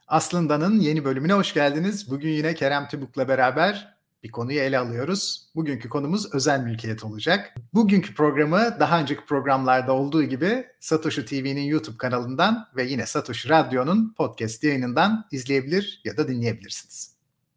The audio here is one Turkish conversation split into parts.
Aslında'nın yeni bölümüne hoş geldiniz. Bugün yine Kerem Tübük'le beraber bir konuyu ele alıyoruz. Bugünkü konumuz özel mülkiyet olacak. Bugünkü programı daha önceki programlarda olduğu gibi Satoshi TV'nin YouTube kanalından ve yine Satoshi Radyo'nun podcast yayınından izleyebilir ya da dinleyebilirsiniz.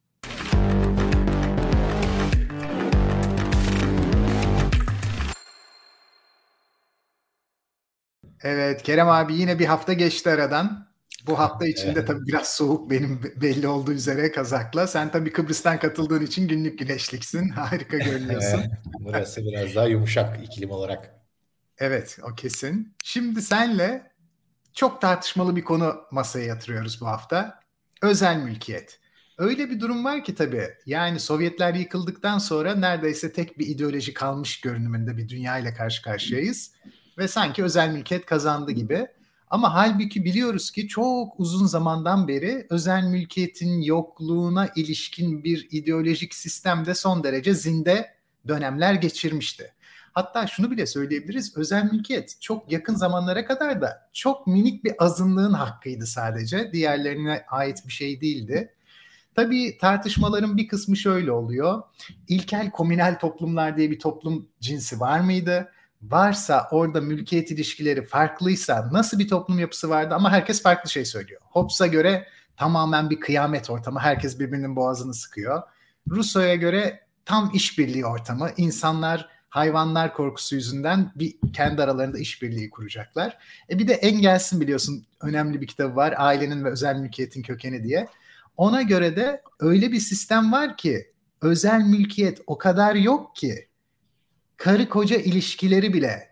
Evet, Kerem abi yine bir hafta geçti aradan. Bu hafta içinde tabii biraz soğuk benim belli olduğu üzere kazakla. Sen tabii Kıbrıs'tan katıldığın için günlük güneşliksin. Harika görünüyorsun. Burası biraz daha yumuşak iklim olarak. Evet, o kesin. Şimdi senle çok tartışmalı bir konu masaya yatırıyoruz bu hafta. Özel mülkiyet. Öyle bir durum var ki tabii yani Sovyetler yıkıldıktan sonra neredeyse tek bir ideoloji kalmış görünümünde bir dünya ile karşı karşıyayız. Ve sanki özel mülkiyet kazandı gibi. Ama halbuki biliyoruz ki çok uzun zamandan beri özel mülkiyetin yokluğuna ilişkin bir ideolojik sistem de son derece zinde dönemler geçirmişti. Hatta şunu bile söyleyebiliriz, özel mülkiyet çok yakın zamanlara kadar da çok minik bir azınlığın hakkıydı sadece. Diğerlerine ait bir şey değildi. Tabii tartışmaların bir kısmı şöyle oluyor. İlkel komünel toplumlar diye bir toplum cinsi var mıydı? Varsa orada mülkiyet ilişkileri farklıysa nasıl bir toplum yapısı vardı? Ama herkes farklı şey söylüyor. Hobbes'a göre tamamen bir kıyamet ortamı. Herkes birbirinin boğazını sıkıyor. Rousseau'ya göre tam işbirliği ortamı. İnsanlar hayvanlar korkusu yüzünden kendi aralarında işbirliği kuracaklar. Bir de Engels'in biliyorsun önemli bir kitabı var. Ailenin ve özel mülkiyetin kökeni diye. Ona göre de öyle bir sistem var ki özel mülkiyet o kadar yok ki karı koca ilişkileri bile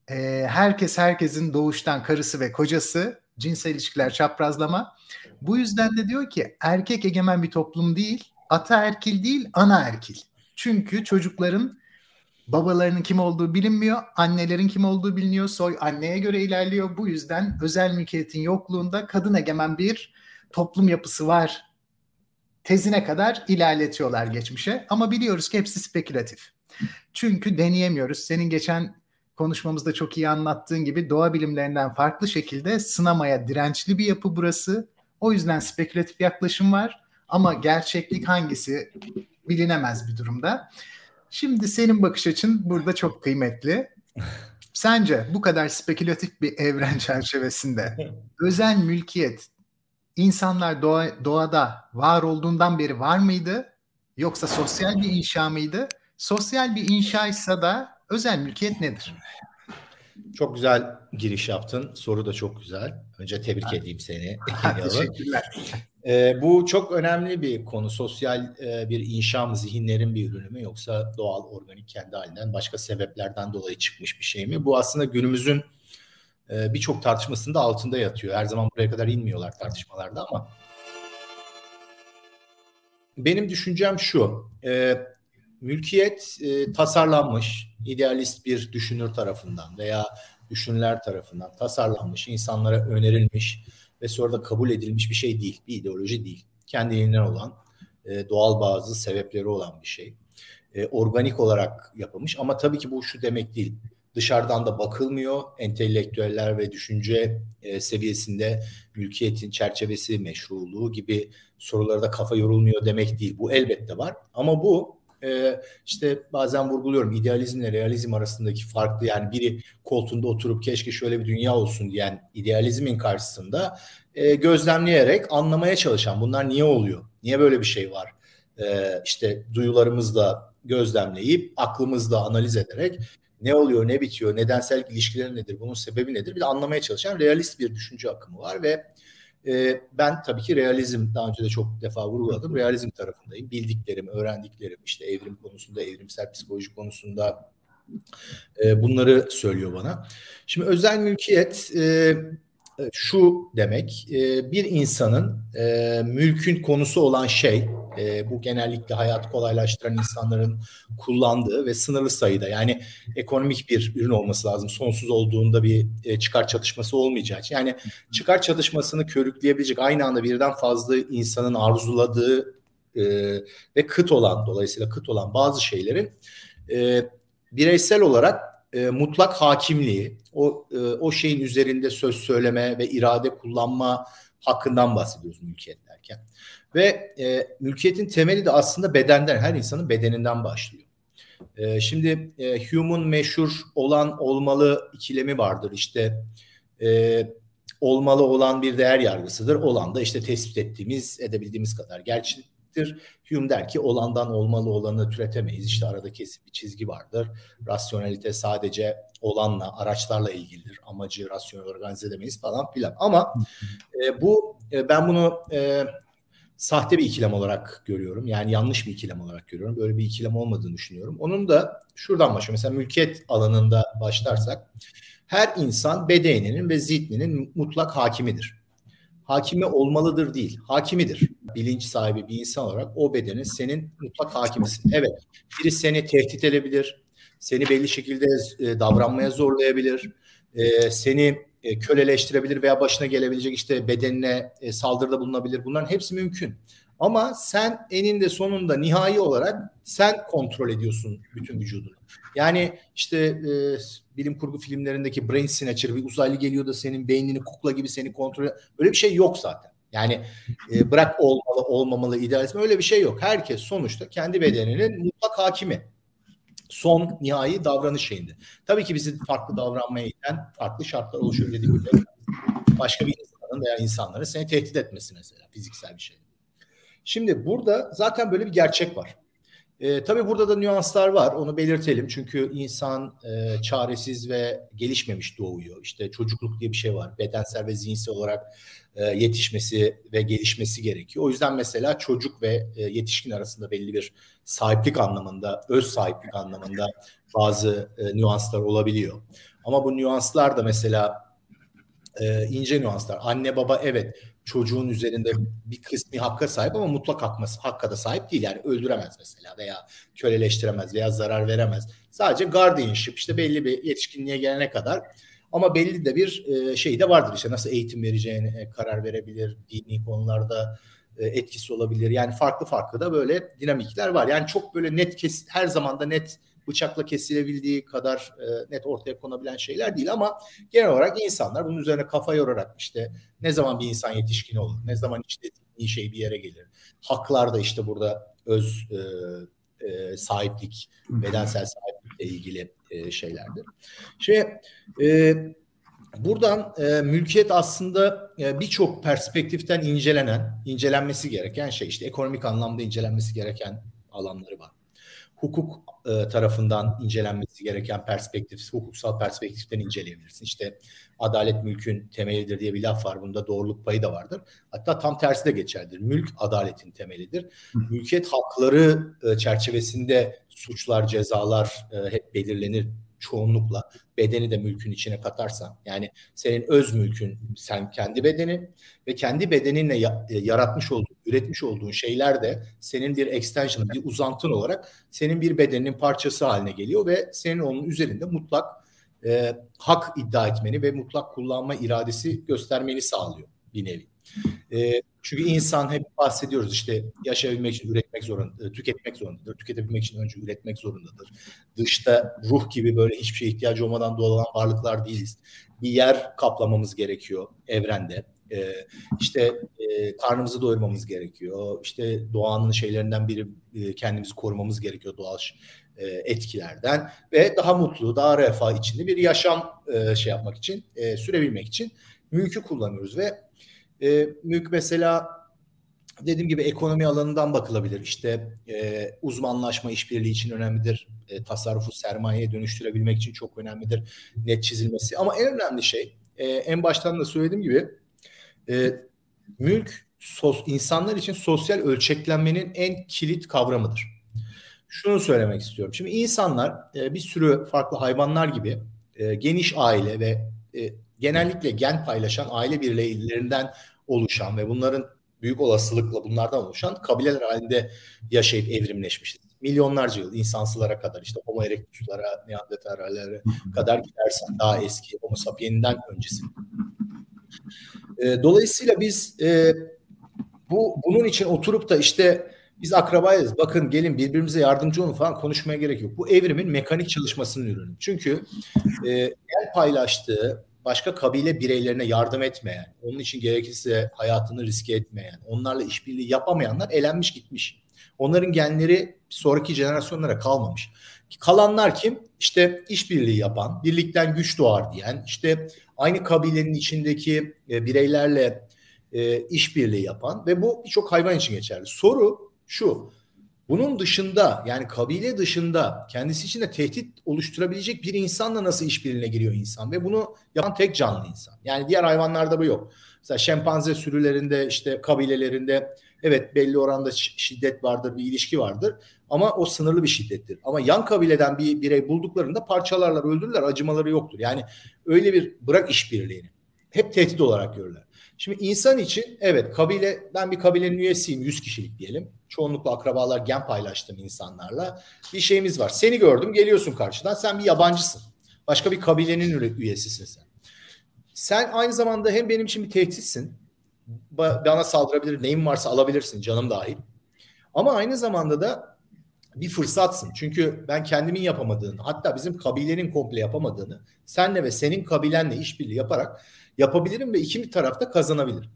herkesin doğuştan karısı ve kocası, cinsel ilişkiler çaprazlama. Bu yüzden de diyor ki erkek egemen bir toplum değil, ataerkil değil, anaerkil. Çünkü çocukların babalarının kim olduğu bilinmiyor, annelerin kim olduğu biliniyor, soy anneye göre ilerliyor. Bu yüzden özel mülkiyetin yokluğunda kadın egemen bir toplum yapısı var tezine kadar ilerletiyorlar geçmişe. Ama biliyoruz ki hepsi spekülatif. Çünkü deneyemiyoruz. Senin geçen konuşmamızda çok iyi anlattığın gibi doğa bilimlerinden farklı şekilde sınamaya dirençli bir yapı burası. O yüzden spekülatif yaklaşım var. Ama gerçeklik hangisi bilinemez bir durumda. Şimdi senin bakış açın burada çok kıymetli. Sence bu kadar spekülatif bir evren çerçevesinde özel mülkiyet İnsanlar doğada var olduğundan beri var mıydı? Yoksa sosyal bir inşa mıydı? Sosyal bir inşaysa da özel mülkiyet nedir? Çok güzel giriş yaptın. Soru da çok güzel. Önce tebrik edeyim seni. Teşekkürler. Bu çok önemli bir konu. Sosyal bir inşa mı, zihinlerin bir ürünü mü yoksa doğal, organik kendi halinden başka sebeplerden dolayı çıkmış bir şey mi? Bu aslında günümüzün birçok tartışmasında altında yatıyor. Her zaman buraya kadar inmiyorlar tartışmalarda ama benim düşüncem şu. Mülkiyet tasarlanmış, idealist bir düşünür tarafından veya düşünürler tarafından tasarlanmış, insanlara önerilmiş ve sonra da kabul edilmiş bir şey değil, bir ideoloji değil. Kendiliğinden olan, doğal bazı sebepleri olan bir şey. Organik olarak yapılmış ama tabii ki bu şu demek değil. Dışarıdan da bakılmıyor. Entelektüeller ve düşünce seviyesinde mülkiyetin çerçevesi, meşruluğu gibi sorulara da kafa yorulmuyor demek değil. Bu elbette var ama bu işte bazen vurguluyorum idealizmle realizm arasındaki farklı, yani biri koltuğunda oturup keşke şöyle bir dünya olsun diyen idealizmin karşısında gözlemleyerek anlamaya çalışan, bunlar niye oluyor? Niye böyle bir şey var? İşte duyularımızla gözlemleyip aklımızla analiz ederek ne oluyor, ne bitiyor, nedensel ilişkiler nedir, bunun sebebi nedir bir de anlamaya çalışan realist bir düşünce akımı var ve ben tabii ki realizm, daha önce de çok defa vurguladım, realizm tarafındayım. Bildiklerim, öğrendiklerim, işte evrim konusunda, evrimsel psikoloji konusunda bunları söylüyor bana. Şimdi özel mülkiyet şu demek, bir insanın mülkün konusu olan şey, bu genellikle hayatı kolaylaştıran insanların kullandığı ve sınırlı sayıda, yani ekonomik bir ürün olması lazım. Sonsuz olduğunda bir çıkar çatışması olmayacağı için. Yani çıkar çatışmasını körükleyebilecek, aynı anda birden fazla insanın arzuladığı ve dolayısıyla kıt olan bazı şeylerin bireysel olarak mutlak hakimliği, o şeyin üzerinde söz söyleme ve irade kullanma hakkından bahsediyoruz mülkiyet derken. Ve mülkiyetin temeli de aslında bedenden, her insanın bedeninden başlıyor. Şimdi Hume'un meşhur olan olmalı ikilemi vardır. İşte olmalı olan bir değer yargısıdır. Olan da işte tespit ettiğimiz, edebildiğimiz kadar gerçektir. Hume der ki olandan olmalı olanı türetemeyiz. İşte arada kesin bir çizgi vardır. Rasyonelite sadece olanla, araçlarla ilgilidir. Amacı rasyonel organize edemeyiz falan filan. Ama ben bunu sahte bir ikilem olarak görüyorum. Yani yanlış bir ikilem olarak görüyorum. Böyle bir ikilem olmadığını düşünüyorum. Onun da şuradan başlıyor. Mesela mülkiyet alanında başlarsak, her insan bedeninin ve zihninin mutlak hakimidir. Hakimi olmalıdır değil, hakimidir. Bilinç sahibi bir insan olarak o bedenin senin mutlak hakimisin. Evet, biri seni tehdit edebilir, seni belli şekilde davranmaya zorlayabilir, seni köleleştirebilir veya başına gelebilecek işte bedenine saldırıda bulunabilir. Bunların hepsi mümkün. Ama sen eninde sonunda nihai olarak sen kontrol ediyorsun bütün vücudunu. Yani işte bilim kurgu filmlerindeki Brain Snatcher, bir uzaylı geliyor da senin beynini kukla gibi seni kontrol ediyor. Öyle bir şey yok zaten. Yani bırak olmalı, olmamalı, idealizm, öyle bir şey yok. Herkes sonuçta kendi bedeninin mutlak hakimi. Son nihai davranış şeyinde. Tabii ki bizi farklı davranmaya iten farklı şartlar oluşuyor dediğim gibi. Başka bir insanın veya insanların seni tehdit etmesi mesela, fiziksel bir şey. Şimdi burada zaten böyle bir gerçek var. Tabii burada da nüanslar var, onu belirtelim. Çünkü insan çaresiz ve gelişmemiş doğuyor. İşte çocukluk diye bir şey var. Bedensel ve zihinsel olarak yetişmesi ve gelişmesi gerekiyor. O yüzden mesela çocuk ve yetişkin arasında belli bir sahiplik anlamında, öz sahiplik anlamında bazı nüanslar olabiliyor. Ama bu nüanslar da mesela ince nüanslar. Anne baba evet çocuğun üzerinde bir kısmi hakka sahip ama mutlak hakka da sahip değil. Yani öldüremez mesela veya köleleştiremez veya zarar veremez. Sadece guardianship, işte belli bir yetişkinliğe gelene kadar, ama belli de bir şey de vardır, işte nasıl eğitim vereceğine karar verebilir, dini konularda etkisi olabilir. Yani farklı farklı da böyle dinamikler var. Yani çok böyle net her zaman da net bıçakla kesilebildiği kadar net ortaya konabilen şeyler değil, ama genel olarak insanlar bunun üzerine kafa yorarak işte ne zaman bir insan yetişkin olur, ne zaman işte iyi şey bir yere gelir. Haklar da işte burada öz sahiplik, bedensel sahiplikle ilgili şeylerdir. Buradan mülkiyet aslında birçok perspektiften incelenmesi gereken şey. İşte ekonomik anlamda incelenmesi gereken alanları var. Hukuk tarafından incelenmesi gereken hukuksal perspektiften inceleyebilirsin. İşte adalet mülkün temelidir diye bir laf var. Bunda doğruluk payı da vardır. Hatta tam tersi de geçerlidir. Mülk adaletin temelidir. Mülkiyet hakları çerçevesinde suçlar, cezalar hep belirlenir çoğunlukla. Bedeni de mülkün içine katarsan, yani senin öz mülkün sen kendi bedenin ve kendi bedeninle yaratmış olduğun, üretmiş olduğun şeyler de senin bir extension, bir uzantın olarak senin bir bedeninin parçası haline geliyor ve senin onun üzerinde mutlak hak iddia etmeni ve mutlak kullanma iradesi göstermeni sağlıyor bir nevi. Çünkü insan, hep bahsediyoruz, işte yaşayabilmek için üretmek zorundadır, tüketmek zorundadır. Tüketebilmek için önce üretmek zorundadır. Dışta ruh gibi böyle hiçbir şeye ihtiyacı olmadan doğan varlıklar değiliz. Bir yer kaplamamız gerekiyor evrende. İşte karnımızı doyurmamız gerekiyor. İşte doğanın şeylerinden biri, kendimizi korumamız gerekiyor doğal etkilerden ve daha mutlu, daha refah içinde bir yaşam şey yapmak için, sürebilmek için mülkü kullanıyoruz ve mülk mesela dediğim gibi ekonomi alanından bakılabilir. İşte uzmanlaşma işbirliği için önemlidir. Tasarrufu sermayeye dönüştürebilmek için çok önemlidir. Net çizilmesi. Ama en önemli şey, en baştan da söylediğim gibi, mülk insanlar için sosyal ölçeklenmenin en kilit kavramıdır. Şunu söylemek istiyorum. Şimdi insanlar bir sürü farklı hayvanlar gibi geniş aile ve genellikle gen paylaşan aile bireylerinden oluşan ve bunların büyük olasılıkla bunlardan oluşan kabileler halinde yaşayıp evrimleşmişiz. Milyonlarca yıl, insansılara kadar, işte Homo erectus'lara, Neandertallere kadar gidersen daha eski Homo sapiens'den öncesi. Dolayısıyla biz bunun için oturup da işte biz akrabayız, bakın gelin birbirimize yardımcı olun falan konuşmaya gerek yok. Bu evrimin mekanik çalışmasının ürünü. Çünkü gen paylaştığı başka kabile bireylerine yardım etmeyen, onun için gerekirse hayatını riske etmeyen, onlarla işbirliği yapamayanlar elenmiş gitmiş. Onların genleri sonraki jenerasyonlara kalmamış. Kalanlar kim? İşte işbirliği yapan, birlikten güç doğar diyen, işte aynı kabilenin içindeki bireylerle işbirliği yapan ve bu birçok hayvan için geçerli. Soru şu: bunun dışında, yani kabile dışında kendisi için de tehdit oluşturabilecek bir insanla nasıl işbirliğine giriyor insan? Ve bunu yapan tek canlı insan. Yani diğer hayvanlarda bu yok. Mesela şempanze sürülerinde, işte kabilelerinde evet belli oranda şiddet vardır, bir ilişki vardır. Ama o sınırlı bir şiddettir. Ama yan kabileden bir birey bulduklarında parçalarlar, öldürürler, acımaları yoktur. Yani öyle bir, bırak işbirliğini, hep tehdit olarak görürler. Şimdi insan için evet, ben bir kabilenin üyesiyim, 100 kişilik diyelim. Çoğunlukla akrabalar, gen paylaştığım insanlarla bir şeyimiz var. Seni gördüm, geliyorsun karşıdan, sen bir yabancısın. Başka bir kabilenin üyesisin sen. Sen aynı zamanda hem benim için bir tehditsin. Bana saldırabilir, neyin varsa alabilirsin, canım dahil. Ama aynı zamanda da bir fırsatsın. Çünkü ben kendimin yapamadığını, hatta bizim kabilenin komple yapamadığını senle ve senin kabilenle işbirliği yaparak yapabilirim ve iki taraf da kazanabilir.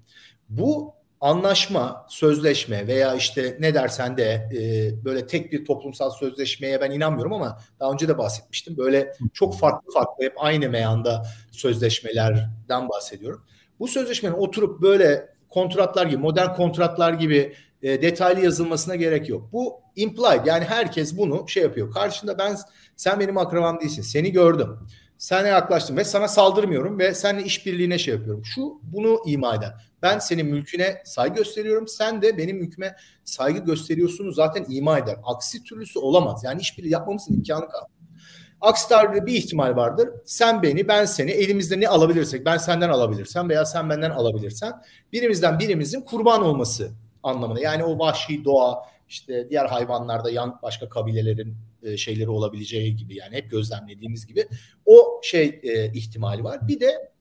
Bu anlaşma, sözleşme veya işte ne dersen de böyle tek bir toplumsal sözleşmeye ben inanmıyorum ama daha önce de bahsetmiştim. Böyle çok farklı hep aynı meyanda sözleşmelerden bahsediyorum. Bu sözleşmenin oturup böyle kontratlar gibi, modern kontratlar gibi detaylı yazılmasına gerek yok. Bu implied, yani herkes bunu şey yapıyor. Karşında sen benim akrabam değilsin. Seni gördüm. Sana yaklaştım ve sana saldırmıyorum ve seninle işbirliğine şey yapıyorum. Bunu ima eder. Ben senin mülküne saygı gösteriyorum. Sen de benim mülküme saygı gösteriyorsunuz zaten ima eder. Aksi türlüsü olamaz. Yani işbirliği yapmamızın imkanı kalmaz. Aksi takdirde bir ihtimal vardır. Sen beni, ben seni, elimizde ne alabilirsek, ben senden alabilirsem veya sen benden alabilirsen birimizin kurban olması anlamına. Yani o vahşi doğa, işte diğer hayvanlarda başka kabilelerin şeyleri olabileceği gibi, yani hep gözlemlediğimiz gibi o ihtimali var. Bir de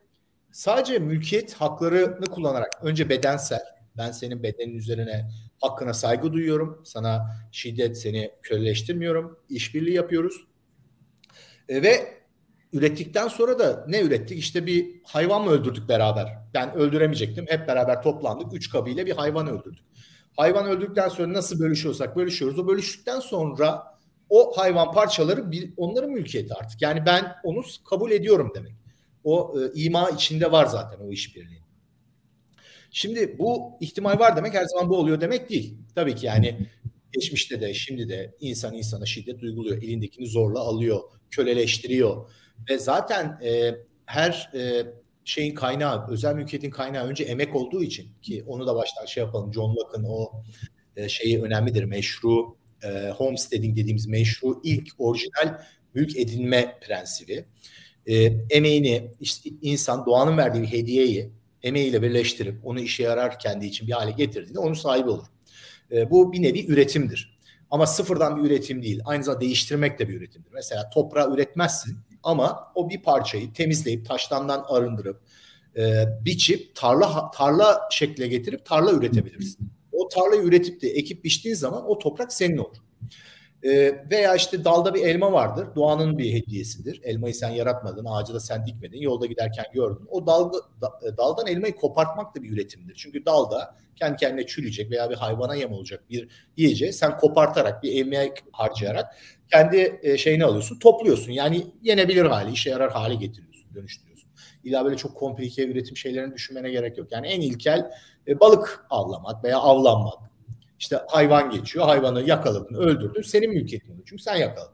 sadece mülkiyet haklarını kullanarak önce bedensel, ben senin bedenin üzerine hakkına saygı duyuyorum, sana seni köleleştirmiyorum, işbirliği yapıyoruz ve ürettikten sonra da ne ürettik? İşte bir hayvan mı öldürdük beraber? Ben öldüremeyecektim. Hep beraber toplandık. 3 kabile bir hayvan öldürdük. Hayvan öldürdükten sonra nasıl bölüşüyorsak bölüşüyoruz. O bölüştükten sonra o hayvan parçaları onların mülkiyeti artık. Yani ben onu kabul ediyorum demek. O ima içinde var zaten o işbirliği. Şimdi bu ihtimal var demek her zaman bu oluyor demek değil. Tabii ki yani geçmişte de şimdi de insan insana şiddet uyguluyor. Elindekini zorla alıyor, köleleştiriyor. Ve zaten her şeyin kaynağı, özel mülkiyetin kaynağı önce emek olduğu için, ki onu da baştan yapalım. John Locke'ın o şeyi önemlidir. Meşru homesteading dediğimiz meşru ilk orijinal mülk edinme prensibi. Emeğini, işte insan doğanın verdiği bir hediyeyi emeğiyle birleştirip onu işe yarar kendi için bir hale getirdiğinde onun sahibi olur. Bu bir nevi üretimdir. Ama sıfırdan bir üretim değil. Aynı zamanda değiştirmek de bir üretimdir. Mesela toprağı üretmezsin ama o bir parçayı temizleyip taştandan arındırıp biçip tarla şekle getirip tarla üretebilirsin. O tarlayı üretip de ekip biçtiğin zaman o toprak senin olur. Veya işte dalda bir elma vardır. Doğanın bir hediyesidir. Elmayı sen yaratmadın, ağacı da sen dikmedin. Yolda giderken gördün. O daldan elmayı kopartmak da bir üretimdir. Çünkü dalda kendi kendine çürüyecek veya bir hayvana yem olacak bir yiyeceği sen kopartarak, bir emek harcayarak kendi şeyini alıyorsun, topluyorsun. Yani yenebilir hali, işe yarar hale getiriyorsun, dönüştürüyorsun. İlla böyle çok komplike üretim şeylerini düşünmene gerek yok. Yani en ilkel balık avlamak veya avlanmak. İşte hayvan geçiyor, hayvanı yakaladın, öldürdün, senin mülkiyetin oluyor. Çünkü sen yakaladın.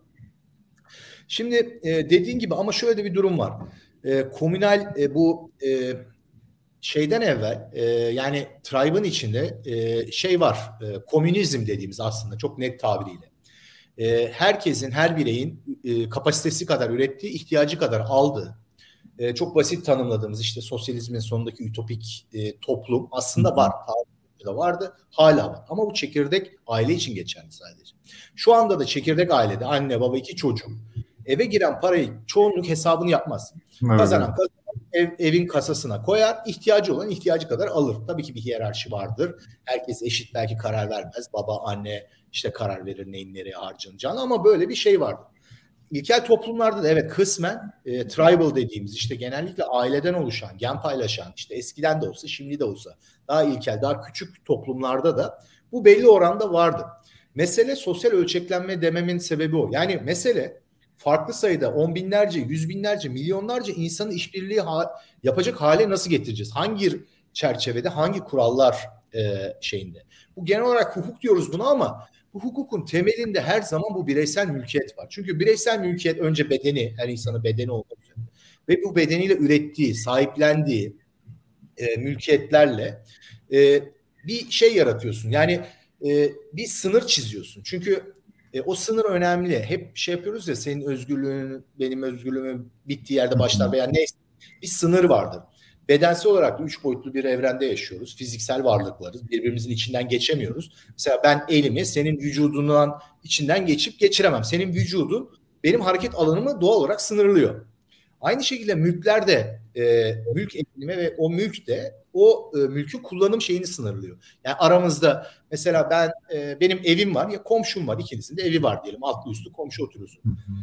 Şimdi dediğin gibi ama şöyle de bir durum var. Komünal bu şeyden evvel yani tribe'ın içinde şey var, komünizm dediğimiz aslında çok net tabiriyle. Herkesin, her bireyin kapasitesi kadar ürettiği, ihtiyacı kadar aldığı, çok basit tanımladığımız işte sosyalizmin sonundaki ütopik toplum aslında var. Da vardı, hala var. Ama bu çekirdek aile için geçerli sadece. Şu anda da çekirdek ailede anne, baba, 2 çocuk eve giren parayı çoğunluk hesabını yapmaz. Evet. Kazanan evin kasasına koyar, ihtiyacı olan ihtiyacı kadar alır. Tabii ki bir hiyerarşi vardır. Herkes eşit belki karar vermez. Baba, anne işte karar verir neyin nereye harcanacağını ama böyle bir şey vardır. İlkel toplumlarda da evet kısmen tribal dediğimiz işte genellikle aileden oluşan, gen paylaşan, işte eskiden de olsa şimdi de olsa daha ilkel, daha küçük toplumlarda da bu belli oranda vardı. Mesele sosyal ölçeklenme dememin sebebi o. Yani mesele farklı sayıda on binlerce, yüz binlerce, milyonlarca insanı işbirliği yapacak hale nasıl getireceğiz? Hangi çerçevede, hangi kurallar şeyinde? Bu genel olarak hukuk diyoruz buna ama bu hukukun temelinde her zaman bu bireysel mülkiyet var. Çünkü bireysel mülkiyet önce bedeni, her insanın bedeni olmak üzere ve bu bedeniyle ürettiği, sahiplendiği mülkiyetlerle bir şey yaratıyorsun. Yani bir sınır çiziyorsun. Çünkü o sınır önemli. Hep şey yapıyoruz ya, senin özgürlüğün, benim özgürlüğümün bittiği yerde başlar veya neyse. Bir sınır vardır. Bedensel olarak da 3 boyutlu bir evrende yaşıyoruz. Fiziksel varlıklarız. Birbirimizin içinden geçemiyoruz. Mesela ben elimi senin vücudundan içinden geçiremem. Senin vücudun benim hareket alanımı doğal olarak sınırlıyor. Aynı şekilde mülkler de mülk edinimi ve o mülk de o mülkün kullanım şeyini sınırlıyor. Yani aramızda mesela benim evim var ya komşum var, ikinizin de evi var diyelim. Altlı üstü komşu oturuyorsun.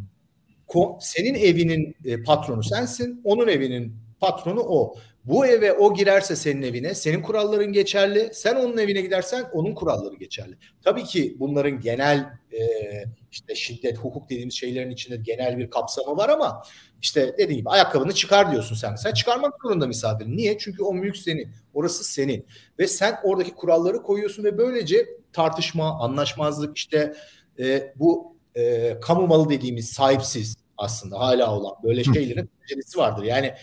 Senin evinin patronu sensin, onun evinin patronu o. Bu eve o girerse senin evine, senin kuralların geçerli. Sen onun evine gidersen onun kuralları geçerli. Tabii ki bunların genel işte şiddet, hukuk dediğimiz şeylerin içinde genel bir kapsamı var ama işte dediğim gibi ayakkabını çıkar diyorsun sen. Sen çıkarmak zorunda misafirin. Niye? Çünkü o mülk senin. Orası senin. Ve sen oradaki kuralları koyuyorsun ve böylece tartışma, anlaşmazlık işte bu kamu malı dediğimiz sahipsiz aslında hala olan böyle şeylerin trajedisi vardır. Yani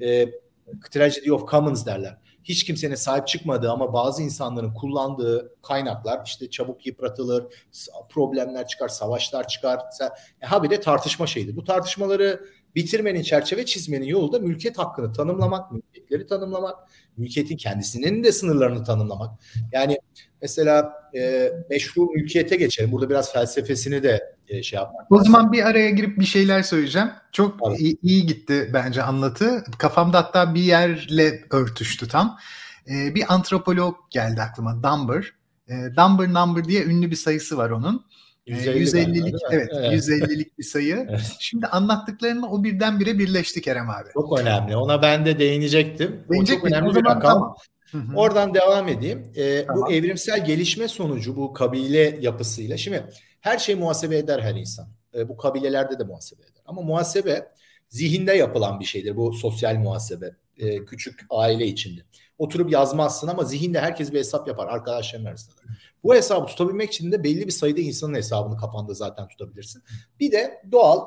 tragedy of commons derler. Hiç kimsenin sahip çıkmadığı ama bazı insanların kullandığı kaynaklar işte çabuk yıpratılır, problemler çıkar, savaşlar çıkar. Habire tartışma şeydir. Bu tartışmaları bitirmenin, çerçeve çizmenin yolu da mülkiyet hakkını tanımlamak, mülkiyetleri tanımlamak, mülkiyetin kendisinin de sınırlarını tanımlamak. Yani mesela meşru mülkiyete geçelim. Burada biraz felsefesini de şey yapmak. O zaman bir araya girip bir şeyler söyleyeceğim. Çok iyi gitti bence anlatı. Kafamda hatta bir yerle örtüştü tam. Bir antropolog geldi aklıma, Dunbar. Dunbar number diye ünlü bir sayısı var onun. 150'lik evet, 150'lik bir sayı. Evet. Şimdi anlattıklarınla o birdenbire birleşti Kerem abi. Çok önemli. Ona ben de değinecektim. O çok önemli bir rakam. Tamam. Oradan devam edeyim. Tamam. Bu evrimsel gelişme sonucu bu kabile yapısıyla. Şimdi her şey muhasebe eder her insan. Bu kabilelerde de muhasebe eder. Ama muhasebe zihinde yapılan bir şeydir. Bu sosyal muhasebe. Küçük aile içinde. Oturup yazmazsın ama zihinde herkes bir hesap yapar arkadaşların arasında. Bu hesabı tutabilmek için de belli bir sayıda insanın hesabını kafanda zaten tutabilirsin. Bir de doğal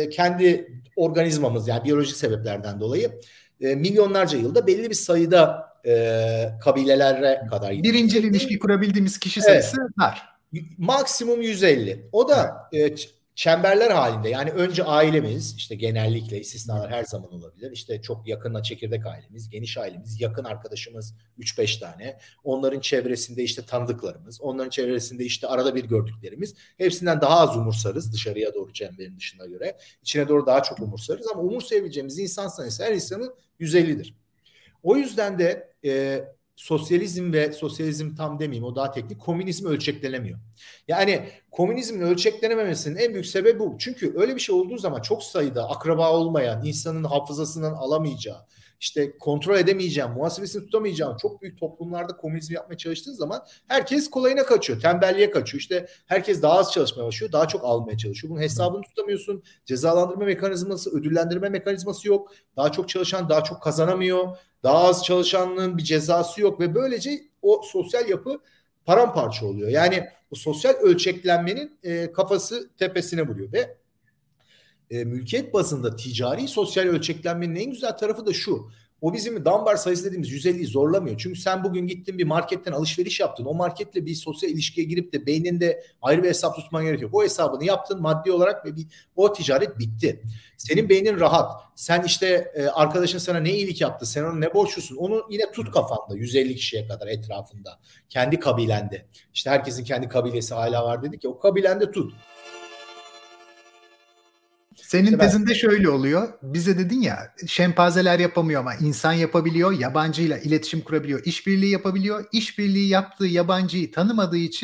kendi organizmamız yani biyolojik sebeplerden dolayı milyonlarca yılda belli bir sayıda kabilelere kadar gidiyor. Birincil ilişki kurabildiğimiz kişi sayısı var. Maksimum 150. O da çemberler halinde yani önce ailemiz işte genellikle istisnalar her zaman olabilir. İşte çok yakınla çekirdek ailemiz, geniş ailemiz, yakın arkadaşımız 3-5 tane. Onların çevresinde işte tanıdıklarımız, onların çevresinde işte arada bir gördüklerimiz. Hepsinden daha az umursarız dışarıya doğru çemberin dışına göre. İçine doğru daha çok umursarız ama umursayabileceğimiz insan sayısı her insanın 150'dir. O yüzden de sosyalizm ve sosyalizm tam demeyeyim o daha teknik komünizm ölçeklenemiyor. Yani komünizmin ölçeklenememesinin en büyük sebebi bu. Çünkü öyle bir şey olduğu zaman çok sayıda akraba olmayan insanın hafızasından alamayacağı işte kontrol edemeyeceğim, muhasebesini tutamayacağım çok büyük toplumlarda komünizm yapmaya çalıştığın zaman herkes kolayına kaçıyor, tembelliğe kaçıyor. İşte herkes daha az çalışmaya başlıyor, daha çok almaya çalışıyor. Bunun hesabını tutamıyorsun. Cezalandırma mekanizması, ödüllendirme mekanizması yok. Daha çok çalışan daha çok kazanamıyor. Daha az çalışanlığın bir cezası yok ve böylece o sosyal yapı paramparça oluyor. Yani o sosyal ölçeklenmenin kafası tepesine vuruyor ve mülkiyet bazında ticari sosyal ölçeklenmenin en güzel tarafı da şu. O bizim Dunbar sayısı dediğimiz 150'yi zorlamıyor. Çünkü sen bugün gittin bir marketten alışveriş yaptın. O marketle bir sosyal ilişkiye girip de beyninde ayrı bir hesap tutman gerekiyor. O hesabını yaptın maddi olarak ve o ticaret bitti. Senin beynin rahat. Sen işte arkadaşın sana ne iyilik yaptı, sen ona ne borçlusun onu yine tut kafanda 150 kişiye kadar etrafında. Kendi kabilende. İşte herkesin kendi kabilesi hala var dedik ya o kabilende tut. Senin işte tezinde şöyle oluyor. Bize dedin ya şempanzeler yapamıyor ama insan yapabiliyor. Yabancıyla iletişim kurabiliyor. İşbirliği yapabiliyor. İşbirliği yaptığı yabancıyı tanımadığı için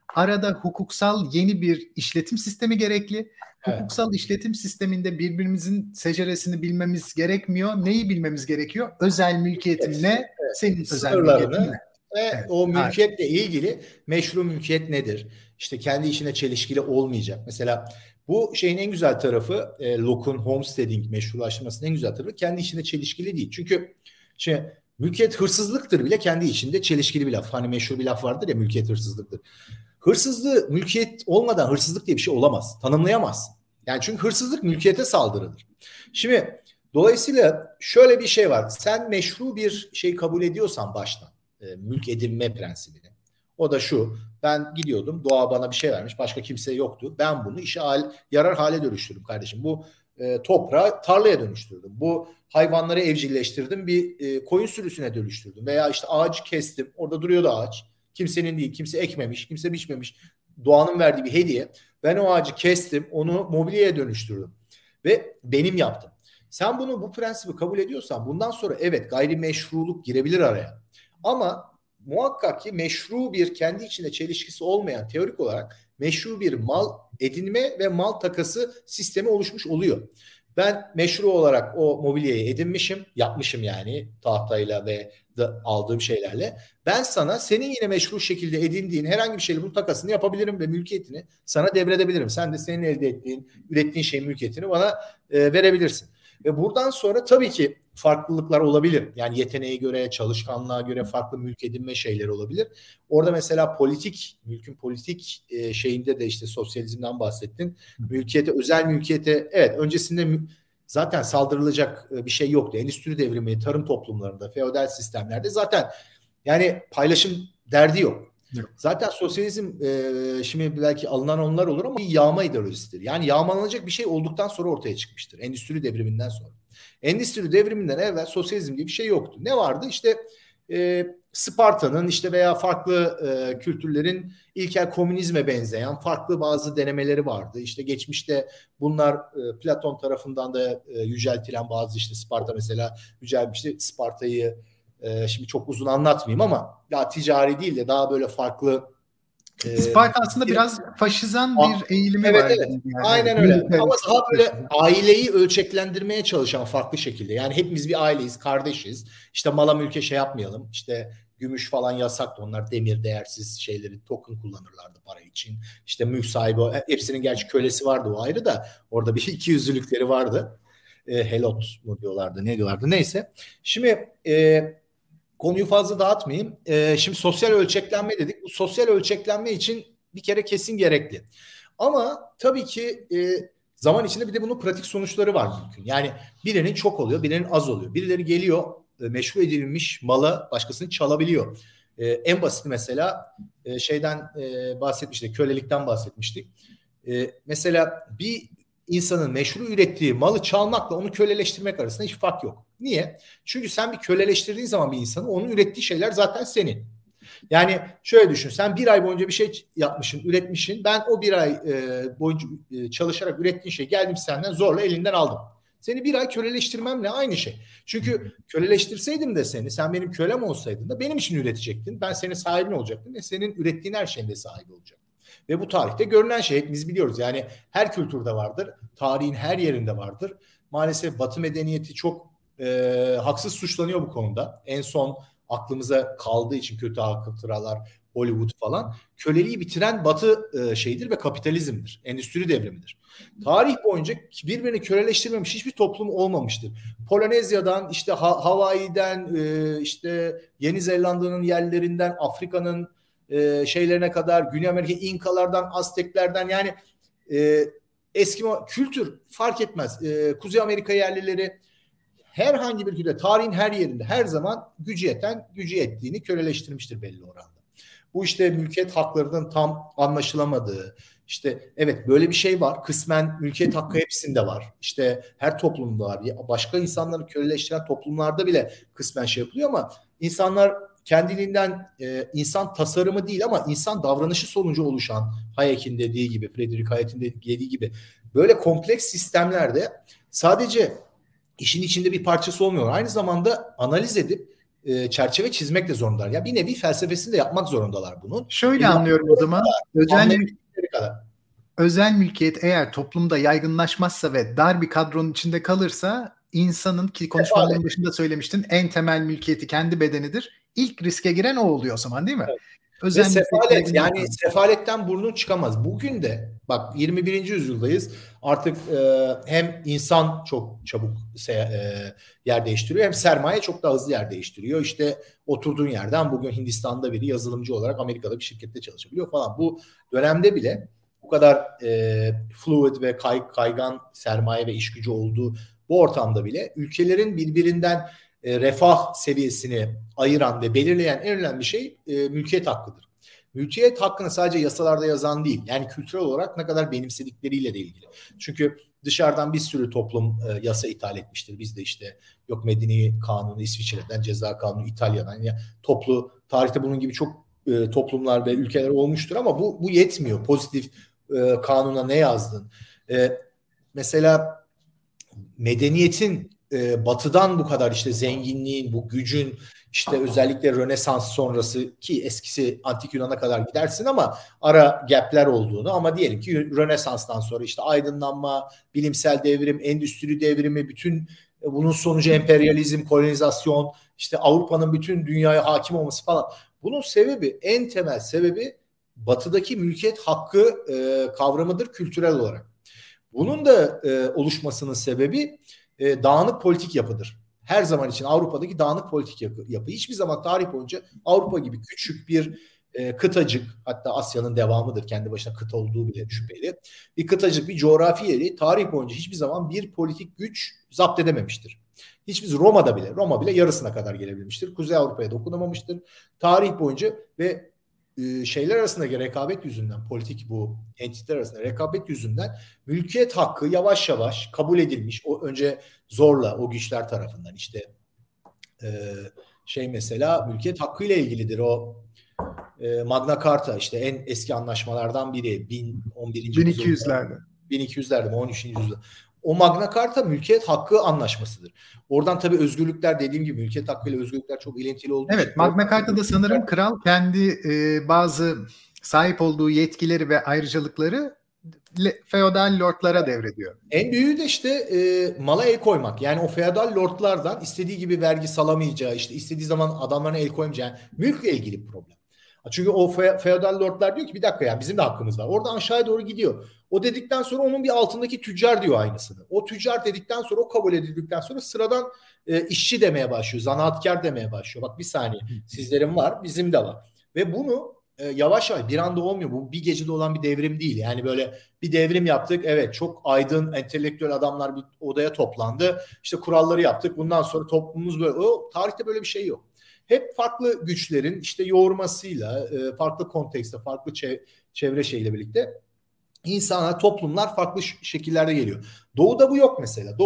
Arada hukuksal yeni bir işletim sistemi gerekli. Evet. Hukuksal işletim sisteminde birbirimizin seceresini bilmemiz gerekmiyor. Neyi bilmemiz gerekiyor? Özel mülkiyetin ne? Senin özel mülkiyetin ne? Ve Evet, o mülkiyetle ilgili meşru mülkiyet nedir? İşte kendi içine çelişkili olmayacak. Mesela bu şeyin en güzel tarafı, Locke'un homesteading meşrulaştırmasının en güzel tarafı kendi içinde çelişkili değil. Çünkü mülkiyet hırsızlıktır bile kendi içinde çelişkili bir laf. Hani meşhur bir laf vardır ya, mülkiyet hırsızlıktır. Hırsızlığı mülkiyet olmadan hırsızlık diye bir şey olamaz. Tanımlayamazsın. Yani çünkü hırsızlık mülkiyete saldırıdır. Şimdi dolayısıyla şöyle bir şey var. Sen meşru bir şey kabul ediyorsan baştan, mülk edinme prensibini. O da şu: ben gidiyordum, doğa bana bir şey vermiş, başka kimse yoktu. Ben bunu işe yarar hale dönüştürdüm kardeşim. Bu toprağı tarlaya dönüştürdüm. Bu hayvanları evcilleştirdim, bir koyun sürüsüne dönüştürdüm. Veya işte ağacı kestim, orada duruyordu ağaç. Kimsenin değil, kimse ekmemiş, kimse biçmemiş. Doğanın verdiği bir hediye. Ben o ağacı kestim, onu mobilyaya dönüştürdüm. Ve benim yaptım. Sen bu prensibi kabul ediyorsan bundan sonra evet, gayrimeşruluk girebilir araya. Ama muhakkak ki meşru bir, kendi içinde çelişkisi olmayan, teorik olarak meşru bir mal edinme ve mal takası sistemi oluşmuş oluyor. Ben meşru olarak o mobilyayı edinmişim, yapmışım yani tahtayla ve aldığım şeylerle. Ben sana senin yine meşru şekilde edindiğin herhangi bir şeyle bunun takasını yapabilirim ve mülkiyetini sana devredebilirim. Sen de senin elde ettiğin, ürettiğin şeyin mülkiyetini bana verebilirsin. Ve buradan sonra tabii ki farklılıklar olabilir. Yani yeteneğe göre, çalışkanlığa göre farklı mülk edinme şeyleri olabilir. Orada mesela mülkün politik şeyinde de işte sosyalizmden bahsettin. Mülkiyete, özel mülkiyete, evet, öncesinde zaten saldırılacak bir şey yoktu. Endüstri devrimi, tarım toplumlarında, feodal sistemlerde zaten yani paylaşım derdi yok. Zaten sosyalizm şimdi belki alınan onlar olur ama yağma ideolojisidir. Yani yağmalanacak bir şey olduktan sonra ortaya çıkmıştır. Endüstri devriminden sonra. Endüstri devriminden evvel sosyalizm diye bir şey yoktu. Ne vardı? İşte Sparta'nın işte veya farklı kültürlerin ilkel komünizme benzeyen farklı bazı denemeleri vardı. İşte geçmişte bunlar Platon tarafından da yüceltilen bazı, işte Sparta mesela yücelmişti. Sparta'yı şimdi çok uzun anlatmayayım ama daha ticari değil de daha böyle farklı. Sparta aslında biraz faşizan bir eğilimi var. Evet. Yani, aynen öyle. Ama daha böyle aileyi ölçeklendirmeye çalışan farklı şekilde. Yani hepimiz bir aileyiz, kardeşiz. İşte mala mülke şey yapmayalım. İşte gümüş falan yasaktı. Onlar demir değersiz şeyleri, token kullanırlardı para için. İşte mülk sahibi, hepsinin gerçi kölesi vardı, o ayrı da. Orada bir 200'lükleri vardı. Helot mu diyorlardı, ne diyorlardı, neyse. Şimdi konuyu fazla dağıtmayayım. Şimdi sosyal ölçeklenme dedik. Bu sosyal ölçeklenme için bir kere kesin gerekli. Ama tabii ki zaman içinde bir de bunun pratik sonuçları var mümkün. Yani birinin çok oluyor, birinin az oluyor. Birileri geliyor, meşru edilmiş malı başkasını çalabiliyor. En basit mesela şeyden bahsetmiştik, kölelikten bahsetmiştik. Mesela bir insanın meşru ürettiği malı çalmakla onu köleleştirmek arasında hiç fark yok. Niye? Çünkü sen bir köleleştirdiğin zaman bir insanı, onun ürettiği şeyler zaten senin. Yani şöyle düşün, sen bir ay boyunca bir şey yapmışsın, üretmişsin. Ben o bir ay boyunca çalışarak ürettiğin şeyi geldim senden zorla elinden aldım. Seni bir ay köleleştirmemle aynı şey. Çünkü köleleştirseydim de seni, sen benim kölem olsaydın da benim için üretecektin. Ben senin sahibin olacaktım ve senin ürettiğin her şeyin de sahibi olacaktım. Ve bu tarihte görülen şey, hepimiz biliyoruz. Yani her kültürde vardır. Tarihin her yerinde vardır. Maalesef Batı medeniyeti çok haksız suçlanıyor bu konuda. En son aklımıza kaldığı için kötü hatıralar, Hollywood falan. Köleliği bitiren Batı şeyidir ve kapitalizmdir. Endüstri devrimidir. Tarih boyunca birbirini köleleştirmemiş hiçbir toplum olmamıştır. Polinezya'dan, işte Hawaii'den, işte Yeni Zelanda'nın yerlerinden, Afrika'nın şeylerine kadar, Güney Amerika, İnkalardan, Azteklerden, yani Eskimo kültür fark etmez. Kuzey Amerika yerlileri, herhangi bir ülkede, tarihin her yerinde her zaman gücü yeten gücü yettiğini köleleştirmiştir belli oranda. Bu işte mülkiyet haklarının tam anlaşılamadığı, işte evet böyle bir şey var. Kısmen mülkiyet hakkı hepsinde var. İşte her toplumda var. Başka insanları köleleştiren toplumlarda bile kısmen şey yapılıyor ama insanlar kendiliğinden insan tasarımı değil ama insan davranışı sonucu oluşan, Hayek'in dediği gibi, Friedrich Hayek'in dediği gibi böyle kompleks sistemlerde sadece işin içinde bir parçası olmuyor. Aynı zamanda analiz edip çerçeve çizmek de zorundalar. Ya bir nevi felsefesini de yapmak zorundalar bunun. Şöyle anlıyorum o zaman. Özel mülkiyet eğer toplumda yaygınlaşmazsa ve dar bir kadronun içinde kalırsa insanın, ki konuşmanın başında söylemiştin, en temel mülkiyeti kendi bedenidir. İlk riske giren o oluyor o zaman, değil mi? Evet. Özel ve sefalet, yani sefaletten burnun çıkamaz. Bugün de bak 21. yüzyıldayız. Artık hem insan çok çabuk yer değiştiriyor, hem sermaye çok daha hızlı yer değiştiriyor. İşte oturduğun yerden bugün Hindistan'da biri yazılımcı olarak Amerika'da bir şirkette çalışabiliyor falan. Bu dönemde bile bu kadar fluid ve kaygan sermaye ve iş gücü olduğu bu ortamda bile ülkelerin birbirinden refah seviyesini ayıran ve belirleyen en önemli şey mülkiyet hakkıdır. Mülkiyet hakkını sadece yasalarda yazan değil, yani kültürel olarak ne kadar benimsedikleriyle de ilgili. Çünkü dışarıdan bir sürü toplum yasa ithal etmiştir. Biz de işte yok Medeni Kanunu İsviçre'den, Ceza Kanunu İtalya'dan, yani tarihte bunun gibi çok toplumlar ve ülkeler olmuştur ama bu yetmiyor. Pozitif kanuna ne yazdın? Mesela medeniyetin batıdan bu kadar işte zenginliğin, bu gücün, işte özellikle Rönesans sonrası, ki eskisi Antik Yunan'a kadar gidersin ama ara gapler olduğunu, ama diyelim ki Rönesans'tan sonra işte aydınlanma, bilimsel devrim, endüstri devrimi, bütün bunun sonucu emperyalizm, kolonizasyon, işte Avrupa'nın bütün dünyaya hakim olması falan. Bunun sebebi, en temel sebebi batıdaki mülkiyet hakkı kavramıdır kültürel olarak. Bunun da oluşmasının sebebi dağınık politik yapıdır. Her zaman için Avrupa'daki dağınık politik yapı. Hiçbir zaman tarih boyunca Avrupa gibi küçük bir kıtacık, hatta Asya'nın devamıdır, kendi başına kıta olduğu bile şüpheli, bir kıtacık, bir coğrafi yeri tarih boyunca hiçbir zaman bir politik güç zapt edememiştir. Roma bile yarısına kadar gelebilmiştir. Kuzey Avrupa'ya dokunamamıştır tarih boyunca ve şeyler arasındaki rekabet yüzünden, politik bu entiteler arasında rekabet yüzünden mülkiyet hakkı yavaş yavaş kabul edilmiş. O önce zorla o güçler tarafından, işte mesela mülkiyet hakkı ile ilgilidir o Magna Carta, işte en eski anlaşmalardan biri 1200'lerde. 1200'lerde mi 13. yüzyılda. O Magna Carta mülkiyet hakkı anlaşmasıdır. Oradan tabii özgürlükler, dediğim gibi mülkiyet hakkıyla özgürlükler çok ilintili olduğu için. Evet, Magna Carta'da sanırım kral kendi bazı sahip olduğu yetkileri ve ayrıcalıkları feodal lordlara devrediyor. En büyüğü de işte mala el koymak. Yani o feodal lordlardan istediği gibi vergi salamayacağı, işte istediği zaman adamlarına el koyamayacağı, yani mülkle ilgili bir problem. Çünkü o feodal lordlar diyor ki bir dakika ya, bizim de hakkımız var. Oradan aşağıya doğru gidiyor. O dedikten sonra onun bir altındaki tüccar diyor aynısını. O tüccar dedikten sonra, o kabul edildikten sonra sıradan işçi demeye başlıyor. Zanaatkar demeye başlıyor. Bak bir saniye, sizlerin var, bizim de var. Ve bunu yavaş yavaş, bir anda olmuyor. Bu bir gecede olan bir devrim değil. Yani böyle bir devrim yaptık. Evet, çok aydın, entelektüel adamlar bir odaya toplandı. İşte kuralları yaptık. Bundan sonra toplumumuz böyle. Tarihte böyle bir şey yok. Hep farklı güçlerin işte yoğurmasıyla, farklı kontekste, farklı çevre şeyle birlikte insanlar, toplumlar farklı şekillerde geliyor. Doğu'da bu yok mesela.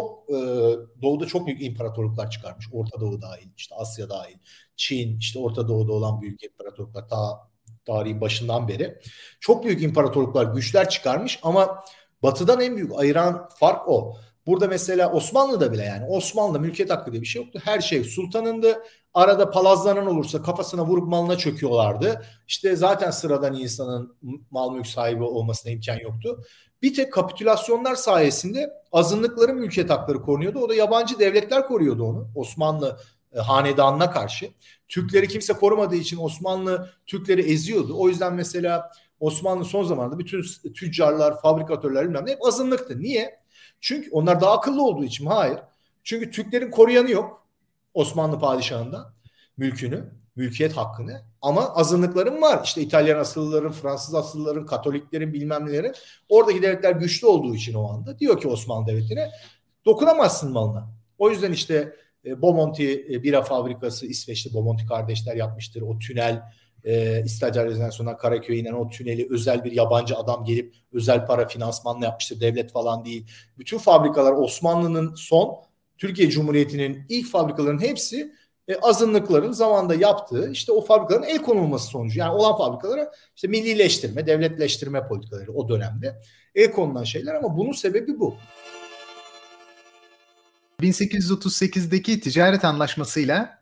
Doğu'da çok büyük imparatorluklar çıkarmış. Orta Doğu dahil, işte Asya dahil, Çin, işte Orta Doğu'da olan büyük imparatorluklar tarihin başından beri. Çok büyük imparatorluklar, güçler çıkarmış ama Batı'dan en büyük ayıran fark o. Burada mesela Osmanlı'da bile, yani Osmanlı mülkiyet hakkı diye bir şey yoktu. Her şey sultanındı. Arada palazlanan olursa kafasına vurup malına çöküyorlardı. İşte zaten sıradan insanın mal mülk sahibi olmasına imkan yoktu. Bir tek kapitülasyonlar sayesinde azınlıkların mülkiyet hakları korunuyordu. O da yabancı devletler koruyordu onu. Osmanlı hanedanına karşı. Türkleri kimse korumadığı için Osmanlı Türkleri eziyordu. O yüzden mesela Osmanlı son zamanlarda bütün tüccarlar, fabrikatörler bilmem ne hep azınlıktı. Niye? Çünkü onlar daha akıllı olduğu için mi? Hayır. Çünkü Türklerin koruyanı yok Osmanlı padişahından mülkünü, mülkiyet hakkını, ama azınlıkların var. İşte İtalyan asıllıların, Fransız asıllıların, Katoliklerin, bilmem nelerin. Oradaki devletler güçlü olduğu için o anda diyor ki Osmanlı Devleti'ne dokunamazsın malına. O yüzden işte Bomonti bira fabrikası, İsveç'te Bomonti kardeşler yapmıştır. O tünel, İstiklal Rezidansiyonu'ndan Karaköy'e inen o tüneli özel bir yabancı adam gelip özel para finansmanla yapmıştır. Devlet falan değil. Bütün fabrikalar, Osmanlı'nın son, Türkiye Cumhuriyeti'nin ilk fabrikaların hepsi azınlıkların zamanında yaptığı, işte o fabrikaların el konulması sonucu. Yani olan fabrikalara işte millileştirme, devletleştirme politikaları o dönemde el konulan şeyler, ama bunun sebebi bu. 1838'deki ticaret anlaşmasıyla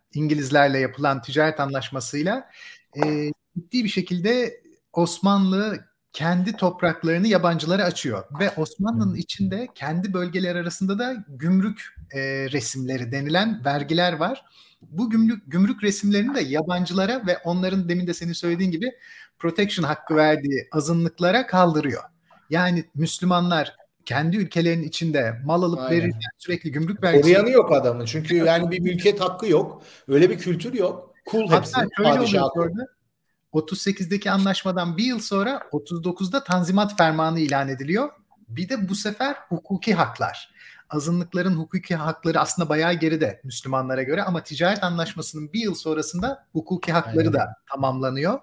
İngilizlerle yapılan ticaret anlaşmasıyla ciddi bir şekilde Osmanlı kendi topraklarını yabancılara açıyor ve Osmanlı'nın içinde kendi bölgeler arasında da gümrük resimleri denilen vergiler var. Bu gümrük resimlerini de yabancılara ve onların demin de senin söylediğin gibi protection hakkı verdiği azınlıklara kaldırıyor. Yani Müslümanlar kendi ülkelerinin içinde mal alıp verirken sürekli gümrük vergisi. Koruyanı yok adamın. Çünkü yani bir mülkiyet hakkı yok. Öyle bir kültür yok. Kul hepsi. Hatta şöyle oluyor orada. 38'deki anlaşmadan bir yıl sonra 39'da Tanzimat Fermanı ilan ediliyor. Bir de bu sefer hukuki haklar. Azınlıkların hukuki hakları aslında bayağı geride Müslümanlara göre ama ticaret anlaşmasının bir yıl sonrasında hukuki hakları da tamamlanıyor.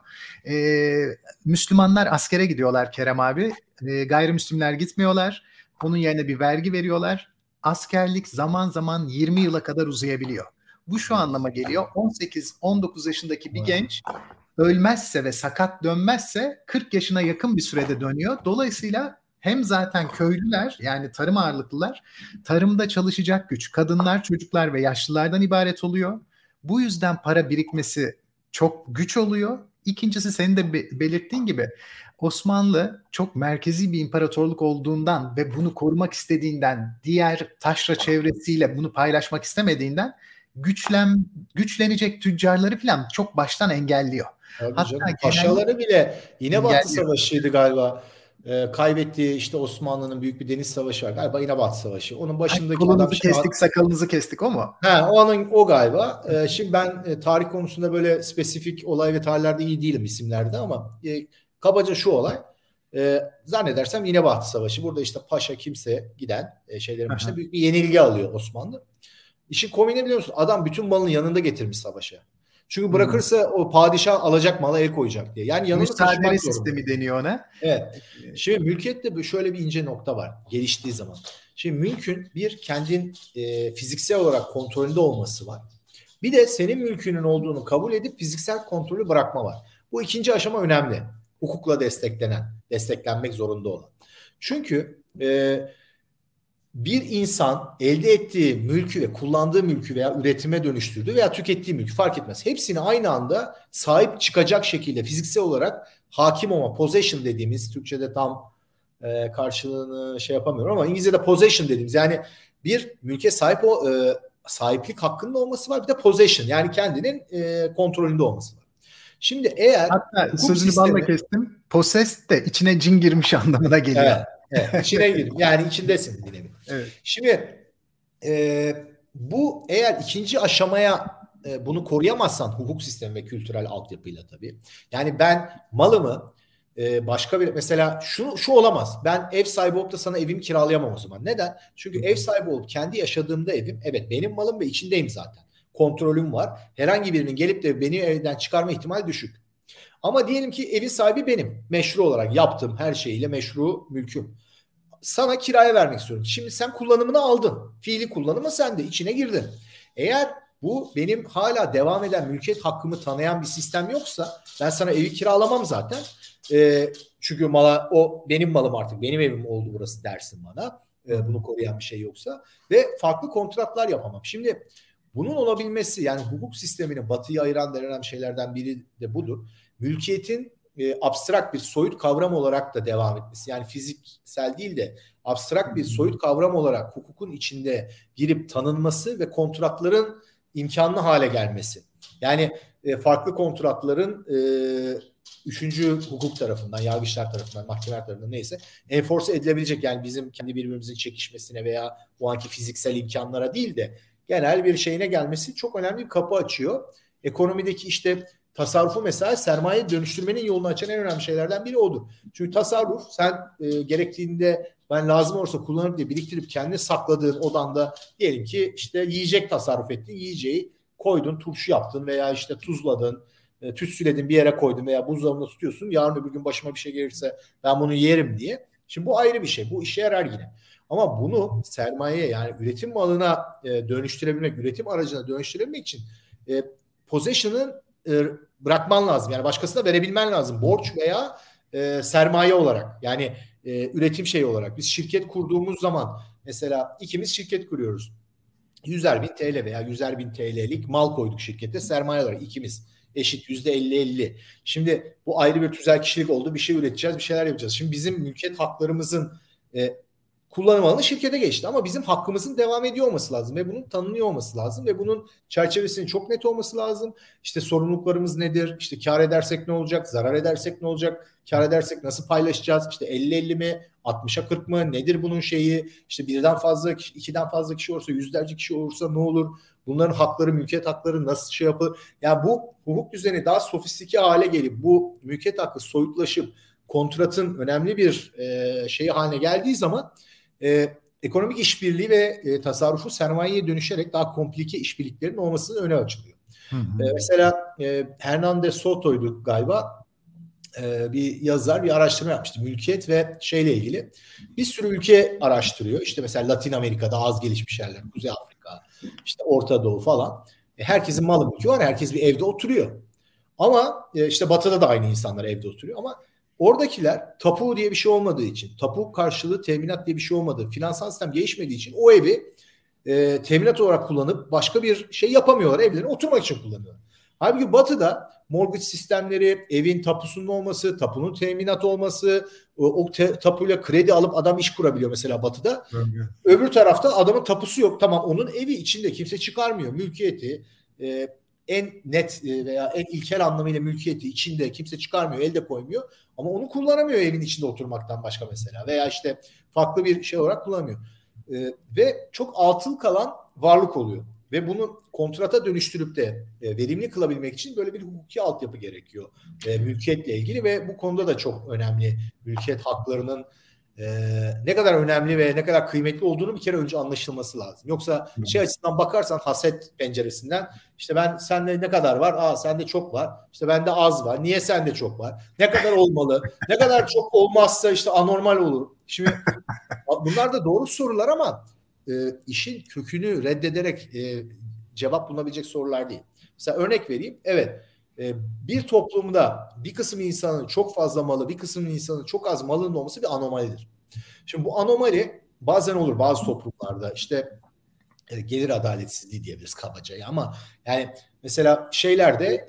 Müslümanlar askere gidiyorlar Kerem abi. Gayrimüslimler gitmiyorlar. Onun yerine bir vergi veriyorlar. Askerlik zaman zaman 20 yıla kadar uzayabiliyor. Bu şu anlama geliyor. 18-19 yaşındaki bir genç ölmezse ve sakat dönmezse 40 yaşına yakın bir sürede dönüyor. Dolayısıyla hem zaten köylüler yani tarım ağırlıklılar tarımda çalışacak güç kadınlar, çocuklar ve yaşlılardan ibaret oluyor. Bu yüzden para birikmesi çok güç oluyor. İkincisi senin de belirttiğin gibi Osmanlı çok merkezi bir imparatorluk olduğundan ve bunu korumak istediğinden diğer taşra çevresiyle bunu paylaşmak istemediğinden güçlenecek tüccarları falan çok baştan engelliyor. Hatta paşaları bile İnebatı Savaşı'ydı galiba. Kaybettiği işte Osmanlı'nın büyük bir deniz savaşı var. Galiba İnebatı Savaşı. Onun başındaki adam kestik, sakalınızı kestik o mu? O galiba. Şimdi ben tarih konusunda böyle spesifik olay ve tarihlerde iyi değilim isimlerde ama kabaca şu olay. Zannedersem İnebatı Savaşı. Burada işte paşa kimse giden şeylerin başında büyük bir yenilgi alıyor Osmanlı. İşin komiğini biliyor musun? Adam bütün malını yanında getirmiş savaşa. Çünkü bırakırsa o padişah alacak mala el koyacak diye. Yani yanında müsaade sistemi deniyor ona. Evet. Şimdi mülkiyette şöyle bir ince nokta var geliştiği zaman. Şimdi mülkün bir kendin fiziksel olarak kontrolünde olması var. Bir de senin mülkünün olduğunu kabul edip fiziksel kontrolü bırakma var. Bu ikinci aşama önemli. Hukukla desteklenmek zorunda olan. Çünkü bir insan elde ettiği mülkü ve kullandığı mülkü veya üretime dönüştürdüğü veya tükettiği mülkü fark etmez. Hepsini aynı anda sahip çıkacak şekilde fiziksel olarak hakim olma, possession dediğimiz Türkçe'de tam karşılığını yapamıyorum ama İngilizce'de possession dediğimiz yani bir mülke sahiplik hakkında olması var bir de possession yani kendinin kontrolünde olması var. Şimdi eğer hatta sözünü balla kestim. Possessed de içine cin girmiş anlamına geliyor. Evet, içine gir. Yani içindesin bir nevi. Evet. Şimdi bu eğer ikinci aşamaya bunu koruyamazsan hukuk sistemi ve kültürel altyapıyla tabii. Yani ben malımı başka bir mesela şu olamaz. Ben ev sahibi olup da sana evimi kiralayamam o zaman. Neden? Çünkü ev sahibi olup kendi yaşadığımda evim evet benim malım ve içindeyim zaten. Kontrolüm var. Herhangi birinin gelip de beni evden çıkarma ihtimali düşük. Ama diyelim ki evin sahibi benim. Meşru olarak yaptığım her şeyiyle meşru mülküm. Sana kiraya vermek istiyorum. Şimdi sen kullanımını aldın. Fiili kullanımı sen de içine girdin. Eğer bu benim hala devam eden mülkiyet hakkımı tanıyan bir sistem yoksa ben sana evi kiralamam zaten. Çünkü o benim malım artık. Benim evim oldu burası dersin bana. Bunu koruyan bir şey yoksa. Ve farklı kontratlar yapamam. Şimdi bunun olabilmesi yani hukuk sistemini batıya ayıran denen şeylerden biri de budur. Mülkiyetin abstrakt bir soyut kavram olarak da devam etmesi. Yani fiziksel değil de abstrakt bir soyut kavram olarak hukukun içinde girip tanınması ve kontratların imkanlı hale gelmesi. Yani farklı kontratların üçüncü hukuk tarafından, yargıçlar tarafından, mahkemeler tarafından neyse enforce edilebilecek yani bizim kendi birbirimizin çekişmesine veya o anki fiziksel imkanlara değil de genel bir şeyine gelmesi çok önemli bir kapı açıyor. Ekonomideki işte tasarrufu mesela sermaye dönüştürmenin yolunu açan en önemli şeylerden biri odur. Çünkü tasarruf sen gerektiğinde ben lazım olursa kullanırım diye biriktirip kendini sakladığın odanda diyelim ki işte yiyecek tasarruf ettin. Yiyeceği koydun, turşu yaptın veya işte tuzladın, tütsüledin bir yere koydun veya buzdolabında tutuyorsun. Yarın öbür gün başıma bir şey gelirse ben bunu yerim diye. Şimdi bu ayrı bir şey. Bu işe yarar yine. Ama bunu sermayeye yani üretim malına dönüştürebilmek, üretim aracına dönüştürebilmek için possession'ın bırakman lazım. Yani başkasına verebilmen lazım. Borç veya sermaye olarak. Yani üretim şeyi olarak. Biz şirket kurduğumuz zaman mesela ikimiz şirket kuruyoruz. 100'er bin TL veya 100'er bin TL'lik mal koyduk şirkete sermaye olarak ikimiz. Eşit %50-50. Şimdi bu ayrı bir tüzel kişilik oldu. Bir şey üreteceğiz, bir şeyler yapacağız. Şimdi bizim mülkiyet haklarımızın kullanım alanı şirkete geçti. Ama bizim hakkımızın devam ediyor olması lazım. Ve bunun tanınıyor olması lazım. Ve bunun çerçevesinin çok net olması lazım. İşte sorumluluklarımız nedir? İşte kar edersek ne olacak? Zarar edersek ne olacak? Kar edersek nasıl paylaşacağız? İşte 50-50 mi? 60'a 40 mı? Nedir bunun şeyi? İşte birden fazla, ikiden fazla kişi olursa, yüzlerce kişi olursa ne olur? Bunların hakları, mülkiyet hakları nasıl şey yapılır? Yani bu hukuk düzeni daha sofistike hale gelip bu mülkiyet hakkı soyutlaşıp kontratın önemli bir şeyi haline geldiği zaman ekonomik işbirliği ve tasarrufu sermayeye dönüşerek daha komplike işbirliklerin olmasının önü açılıyor. Mesela Hernandez Soto'ydu galiba, bir yazar bir araştırma yapmıştı. Mülkiyet ve şeyle ilgili. Bir sürü ülke araştırıyor. İşte mesela Latin Amerika'da az gelişmiş yerler, Kuzey Afrika, işte Orta Doğu falan. Herkesin malı mülkü var. Herkes bir evde oturuyor. Ama işte Batı'da da aynı insanlar evde oturuyor. Ama oradakiler tapu diye bir şey olmadığı için, tapu karşılığı teminat diye bir şey olmadığı, finansal sistem gelişmediği için o evi teminat olarak kullanıp başka bir şey yapamıyorlar. Evlerine oturmak için kullanıyorlar. Halbuki Batı'da mortgage sistemleri, evin tapusunun olması, tapunun teminat olması, o tapuyla kredi alıp adam iş kurabiliyor mesela Batı'da. Evet. Öbür tarafta adamın tapusu yok. Tamam, onun evi içinde kimse çıkarmıyor. Mülkiyeti en net veya en ilkel anlamıyla mülkiyeti içinde kimse çıkarmıyor, elde koymuyor. Ama onu kullanamıyor evin içinde oturmaktan başka mesela. Veya işte farklı bir şey olarak kullanamıyor. Ve çok atıl kalan varlık oluyor. Ve bunu kontrata dönüştürüp de verimli kılabilmek için böyle bir hukuki altyapı gerekiyor. Mülkiyetle ilgili ve bu konuda da çok önemli mülkiyet haklarının ne kadar önemli ve ne kadar kıymetli olduğunu bir kere önce anlaşılması lazım. Yoksa şey açısından bakarsan, haset penceresinden, işte ben sende ne kadar var? Sende çok var. İşte bende az var. Niye sende çok var? Ne kadar olmalı? Ne kadar çok olmazsa işte anormal olur. Şimdi bunlar da doğru sorular ama işin kökünü reddederek cevap bulunabilecek sorular değil. Mesela örnek vereyim. Evet, bir toplumda bir kısım insanın çok fazla malı, bir kısım insanın çok az malının olması bir anomalidir. Şimdi bu anomali bazen olur bazı toplumlarda, işte gelir adaletsizliği diyebiliriz kabaca, ama yani mesela şeylerde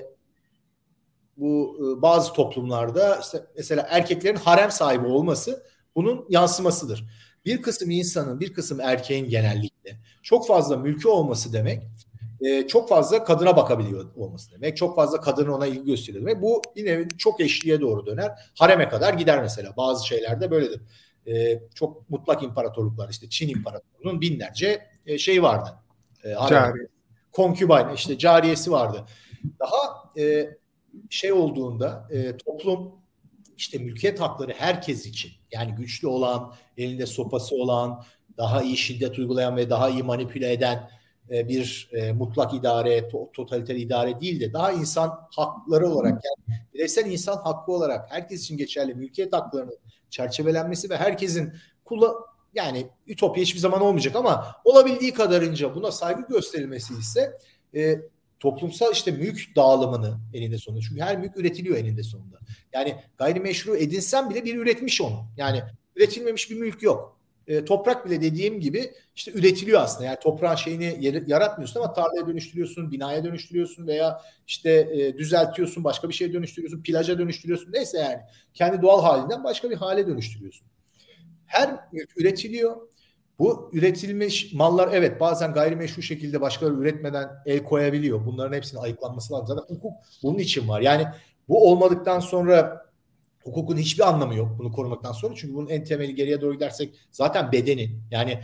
bu bazı toplumlarda işte mesela erkeklerin harem sahibi olması bunun yansımasıdır. Bir kısım insanın, bir kısım erkeğin genellikle çok fazla mülkü olması demek, çok fazla kadına bakabiliyor olması demek. Çok fazla kadının ona ilgi gösteriyor demek. Bu yine çok eşliğe doğru döner. Hareme kadar gider mesela. Bazı şeylerde böyledir. Çok mutlak imparatorluklar, işte Çin İmparatorluğu'nun binlerce şey vardı. Cariye. Konkübane, işte cariyesi vardı. Daha şey olduğunda toplum işte mülkiyet hakları herkes için, yani güçlü olan, elinde sopası olan, daha iyi şiddet uygulayan ve daha iyi manipüle eden bir mutlak idare, totaliter idare değil de daha insan hakları olarak, yani bireysel insan hakkı olarak herkes için geçerli mülkiyet haklarının çerçevelenmesi ve herkesin yani ütopya hiçbir zaman olmayacak ama olabildiği kadarınca buna saygı gösterilmesi ise toplumsal işte mülk dağılımını eninde sonunda, çünkü her mülk üretiliyor eninde sonunda. Yani gayrimeşru edinsen bile biri üretmiş onu. Yani üretilmemiş bir mülk yok. Toprak bile dediğim gibi işte üretiliyor aslında. Yani toprağın şeyini yaratmıyorsun ama tarlaya dönüştürüyorsun, binaya dönüştürüyorsun veya işte düzeltiyorsun, başka bir şeye dönüştürüyorsun, plaja dönüştürüyorsun. Neyse, yani kendi doğal halinden başka bir hale dönüştürüyorsun. Her mülk üretiliyor. Bu üretilmiş mallar evet bazen gayrimeşru şekilde başkaları üretmeden el koyabiliyor. Bunların hepsinin ayıklanması lazım. Zaten hukuk bunun için var. Yani bu olmadıktan sonra hukukun hiçbir anlamı yok bunu korumaktan sonra. Çünkü bunun en temeli, geriye doğru gidersek zaten bedenin, yani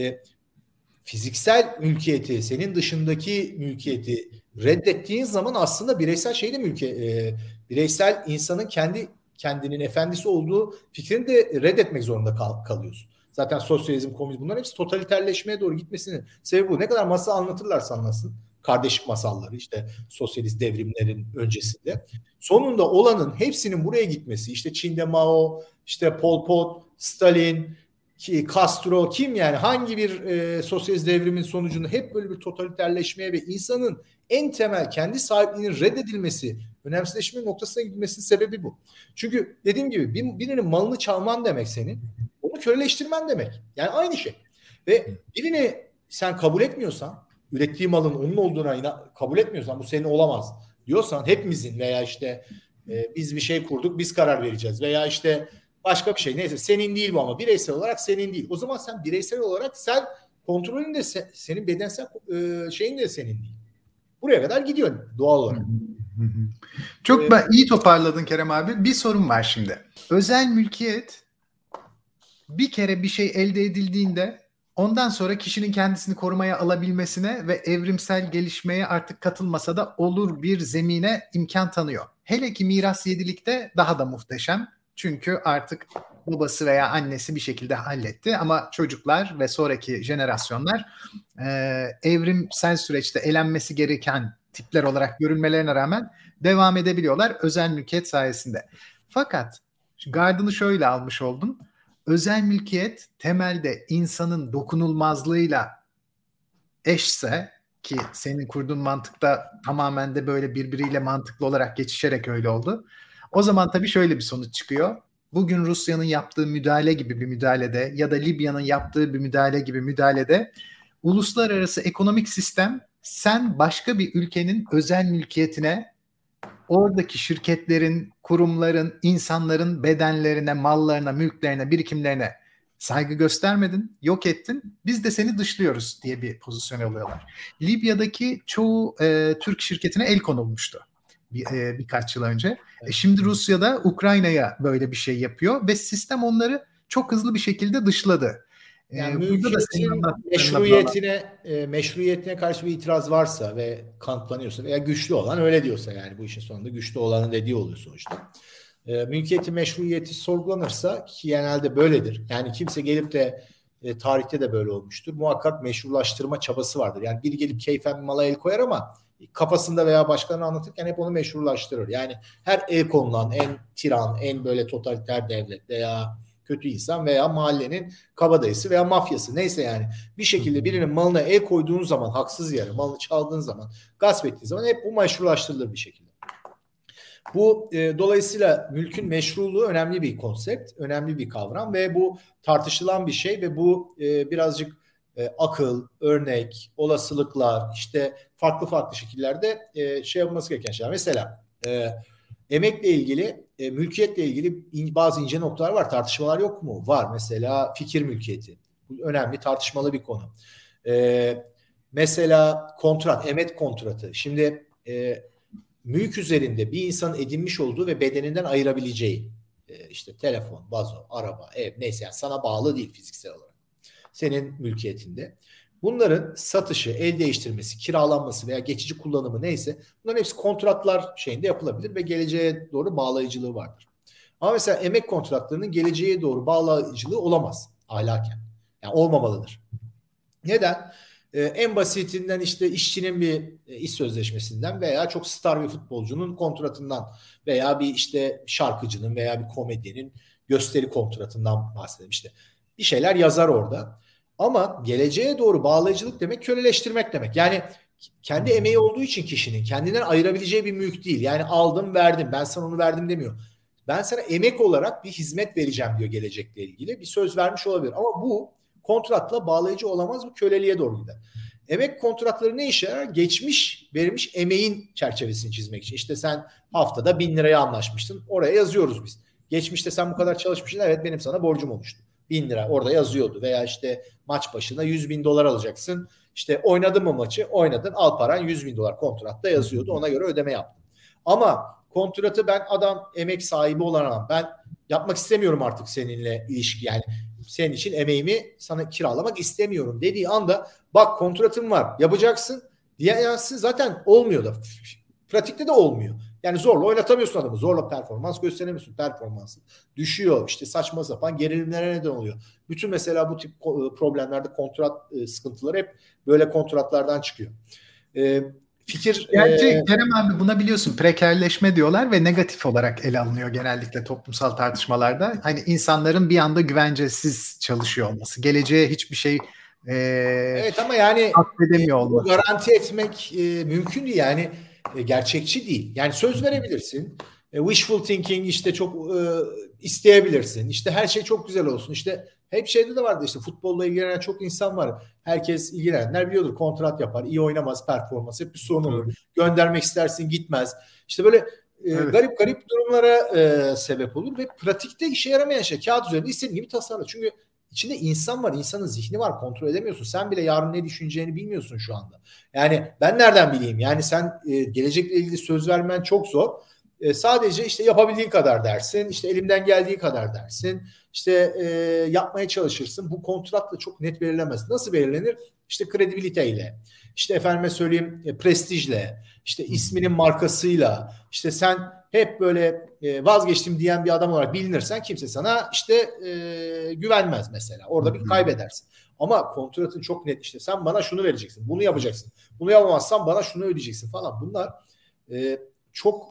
fiziksel mülkiyeti, senin dışındaki mülkiyeti reddettiğin zaman aslında bireysel bireysel insanın kendinin efendisi olduğu fikrini de reddetmek zorunda kalıyorsun. Zaten sosyalizm, komünizm, bunların hepsi totaliterleşmeye doğru gitmesinin sebebi bu. Ne kadar masal anlatırlarsa anlatsın, kardeşlik masalları, işte sosyalist devrimlerin öncesinde, sonunda olanın hepsinin buraya gitmesi, işte Çin'de Mao, işte Pol Pot, Stalin, Castro, kim yani hangi bir sosyalist devrimin sonucunda hep böyle bir totaliterleşmeye ve insanın en temel kendi sahipliğinin reddedilmesi, önemsizleşme noktasına gitmesinin sebebi bu. Çünkü dediğim gibi birinin malını çalman demek senin, onu köleleştirmen demek. Yani aynı şey. Ve birini sen kabul etmiyorsan, ürettiği malın onun olduğuna kabul etmiyorsan, bu senin olamaz diyorsan, hepimizin veya işte biz bir şey kurduk, biz karar vereceğiz veya işte başka bir şey, neyse senin değil bu ama bireysel olarak senin değil. O zaman sen bireysel olarak sen kontrolün de senin bedensel şeyin de senin değil. Buraya kadar gidiyor doğal olarak. Çok iyi toparladın Kerem abi. Bir sorun var şimdi. Özel mülkiyet bir kere bir şey elde edildiğinde ondan sonra kişinin kendisini korumaya alabilmesine ve evrimsel gelişmeye artık katılmasa da olur bir zemine imkan tanıyor. Hele ki miras yedilikte daha da muhteşem. Çünkü artık babası veya annesi bir şekilde halletti ama çocuklar ve sonraki jenerasyonlar evrimsel süreçte elenmesi gereken tipler olarak görülmelerine rağmen devam edebiliyorlar özel mülkiyet sayesinde. Fakat gardını şöyle almış oldun. Özel mülkiyet temelde insanın dokunulmazlığıyla eşse, ki senin kurduğun mantıkta tamamen de böyle birbiriyle mantıklı olarak geçişerek öyle oldu. O zaman tabii şöyle bir sonuç çıkıyor. Bugün Rusya'nın yaptığı müdahale gibi bir müdahalede ya da Libya'nın yaptığı bir müdahale gibi müdahalede uluslararası ekonomik sistem sen başka bir ülkenin özel mülkiyetine, oradaki şirketlerin, kurumların, insanların bedenlerine, mallarına, mülklerine, birikimlerine saygı göstermedin, yok ettin. Biz de seni dışlıyoruz diye bir pozisyon alıyorlar. Libya'daki çoğu Türk şirketine el konulmuştu birkaç yıl önce. Şimdi Rusya'da Ukrayna'ya böyle bir şey yapıyor ve sistem onları çok hızlı bir şekilde dışladı. Yani mülkiyetin meşruiyetine karşı bir itiraz varsa ve kanıtlanıyorsa veya güçlü olan öyle diyorsa, yani bu işin sonunda güçlü olanın dediği oluyor sonuçta. Mülkiyetin meşruiyeti sorgulanırsa, ki genelde böyledir. Yani kimse gelip de tarihte de böyle olmuştur. Muhakkak meşrulaştırma çabası vardır. Yani biri gelip keyfen bir mala el koyar ama kafasında veya başkalarına anlatırken hep onu meşrulaştırır. Yani her el konulan en tiran, en böyle totaliter devlet veya kötü insan veya mahallenin kabadayısı veya mafyası, neyse yani bir şekilde birinin malına el koyduğun zaman, haksız yere malını çaldığın zaman, gasp ettiğin zaman hep bu meşrulaştırılır bir şekilde. Bu dolayısıyla mülkün meşruluğu önemli bir konsept, önemli bir kavram ve bu tartışılan bir şey ve bu birazcık akıl, örnek, olasılıklar, işte farklı şekillerde şey yapılması gereken şeyler. Mesela emekle ilgili, mülkiyetle ilgili bazı ince noktalar var. Tartışmalar yok mu? Var. Mesela fikir mülkiyeti. Bu önemli, tartışmalı bir konu. Mesela kontrat, emet kontratı. Şimdi mülk üzerinde bir insanın edinmiş olduğu ve bedeninden ayırabileceği işte telefon, vazo, araba, ev, neyse yani sana bağlı değil fiziksel olarak. Senin mülkiyetinde. Bunların satışı, el değiştirmesi, kiralanması veya geçici kullanımı neyse, bunların hepsi kontratlar şeyinde yapılabilir ve geleceğe doğru bağlayıcılığı vardır. Ama mesela emek kontratlarının geleceğe doğru bağlayıcılığı olamaz ahlaken. Yani olmamalıdır. Neden? En basitinden işte işçinin bir iş sözleşmesinden veya çok star bir futbolcunun kontratından veya bir işte şarkıcının veya bir komedyenin gösteri kontratından bahsedelim işte. Bir şeyler yazar orada. Ama geleceğe doğru bağlayıcılık demek köleleştirmek demek. Yani kendi emeği olduğu için kişinin kendinden ayırabileceği bir mülk değil. Yani aldım verdim, ben sana onu verdim demiyor. Ben sana emek olarak bir hizmet vereceğim diyor gelecekle ilgili. Bir söz vermiş olabilir ama bu kontratla bağlayıcı olamaz, bu köleliğe doğru gider. Emek kontratları ne işe yarar? Geçmiş verilmiş emeğin çerçevesini çizmek için. İşte sen haftada 1.000 liraya anlaşmıştın. Oraya yazıyoruz biz. Geçmişte sen bu kadar çalışmışsın. Evet, benim sana borcum olmuştu. 1.000 lira orada yazıyordu. Veya işte maç başına 100.000 dolar alacaksın. İşte oynadın mı maçı? Oynadın. Al paran 100.000 dolar kontratta yazıyordu. Ona göre ödeme yaptın. Ama kontratı ben adam emek sahibi olan ben yapmak istemiyorum artık seninle ilişki. Yani senin için emeğimi sana kiralamak istemiyorum dediği anda bak kontratım var yapacaksın diyemezsin, zaten olmuyor da. Pratikte de olmuyor. Yani zorla oynatamıyorsun adamı. Zorla performans gösteremiyorsun. Performansı düşüyor. İşte saçma sapan gerilimlere neden oluyor. Bütün mesela bu tip problemlerde kontrat sıkıntıları hep böyle kontratlardan çıkıyor. Gerçi Kerem abi buna biliyorsun prekerleşme diyorlar ve negatif olarak ele alınıyor genellikle toplumsal tartışmalarda. Hani insanların bir anda güvencesiz çalışıyor olması. Geleceğe hiçbir şey evet ama yani bu garanti etmek mümkün değil. Yani gerçekçi değil. Yani söz verebilirsin. Wishful thinking işte çok isteyebilirsin. İşte her şey çok güzel olsun. İşte hep şeyde de vardı işte futbolla ilgilenen çok insan var. Herkes ilgilenenler biliyordur. Kontrat yapar. İyi oynamaz, performans. Hep bir sorun olur. Göndermek istersin, gitmez. İşte böyle garip garip durumlara sebep olur ve pratikte işe yaramayan şey. Kağıt üzerinde istediğin gibi tasarla. Çünkü içinde insan var. İnsanın zihni var. Kontrol edemiyorsun. Sen bile yarın ne düşüneceğini bilmiyorsun şu anda. Yani ben nereden bileyim? Yani sen gelecekle ilgili söz vermen çok zor. Sadece işte yapabildiğin kadar dersin. İşte elimden geldiği kadar dersin. İşte yapmaya çalışırsın. Bu kontratla çok net belirlemez. Nasıl belirlenir? İşte kredibiliteyle, işte efendime söyleyeyim prestijle, işte isminin markasıyla, işte sen hep böyle vazgeçtim diyen bir adam olarak bilinirsen kimse sana işte güvenmez mesela. Orada bir kaybedersin. Ama kontratın çok net işte sen bana şunu vereceksin, bunu yapacaksın. Bunu yapamazsan bana şunu ödeyeceksin falan. Bunlar çok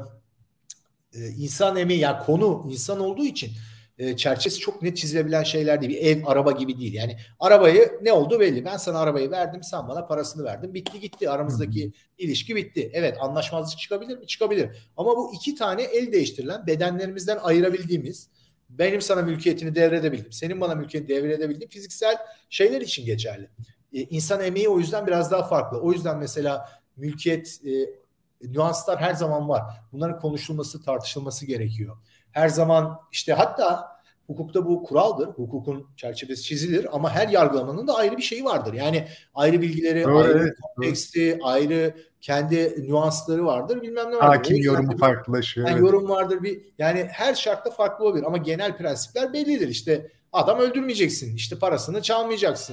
insan emeği yani konu insan olduğu için çerçevesi çok net çizilebilen şeyler değil. Bir ev, araba gibi değil. Yani arabayı ne oldu belli. Ben sana arabayı verdim, sen bana parasını verdin. Bitti gitti. Aramızdaki ilişki bitti. Evet anlaşmazlık çıkabilir mi? Çıkabilir. Ama bu iki tane el değiştirilen bedenlerimizden ayırabildiğimiz benim sana mülkiyetini devredebildim. Senin bana mülkiyetini devredebildiğim fiziksel şeyler için geçerli. İnsan emeği o yüzden biraz daha farklı. O yüzden mesela mülkiyet nüanslar her zaman var. Bunların konuşulması, tartışılması gerekiyor. Her zaman işte hatta hukukta bu kuraldır. Hukukun çerçevesi çizilir ama her yargılamanın da ayrı bir şeyi vardır. Yani ayrı bilgileri, ayrı konteksti, ayrı kendi nüansları vardır. Bilmem ne vardır. Hakim yorumu farklılaşıyor. Yani yorum vardır yani her şartta farklı olabilir ama genel prensipler bellidir. İşte adam öldürmeyeceksin. İşte parasını çalmayacaksın.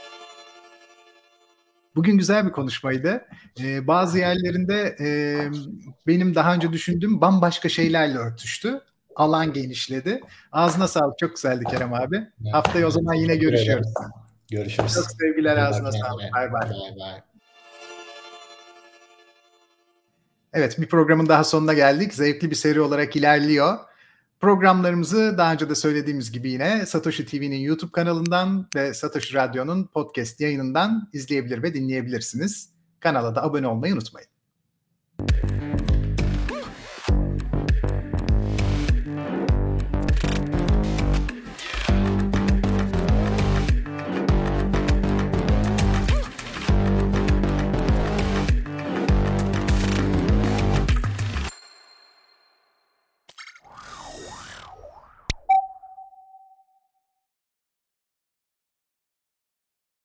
Bugün güzel bir konuşmaydı. Bazı yerlerinde benim daha önce düşündüğüm bambaşka şeylerle örtüştü. Alan genişledi. Ağzına sağlık. Çok güzeldi Kerem abi. Evet. Haftaya o zaman yine görüşüyoruz. Görüşürüz. Çok sevgiler, ağzına sağlık. Bay bay. Evet, bir programın daha sonuna geldik. Zevkli bir seri olarak ilerliyor. Programlarımızı daha önce de söylediğimiz gibi yine Satoshi TV'nin YouTube kanalından ve Satoshi Radyo'nun podcast yayınından izleyebilir ve dinleyebilirsiniz. Kanala da abone olmayı unutmayın.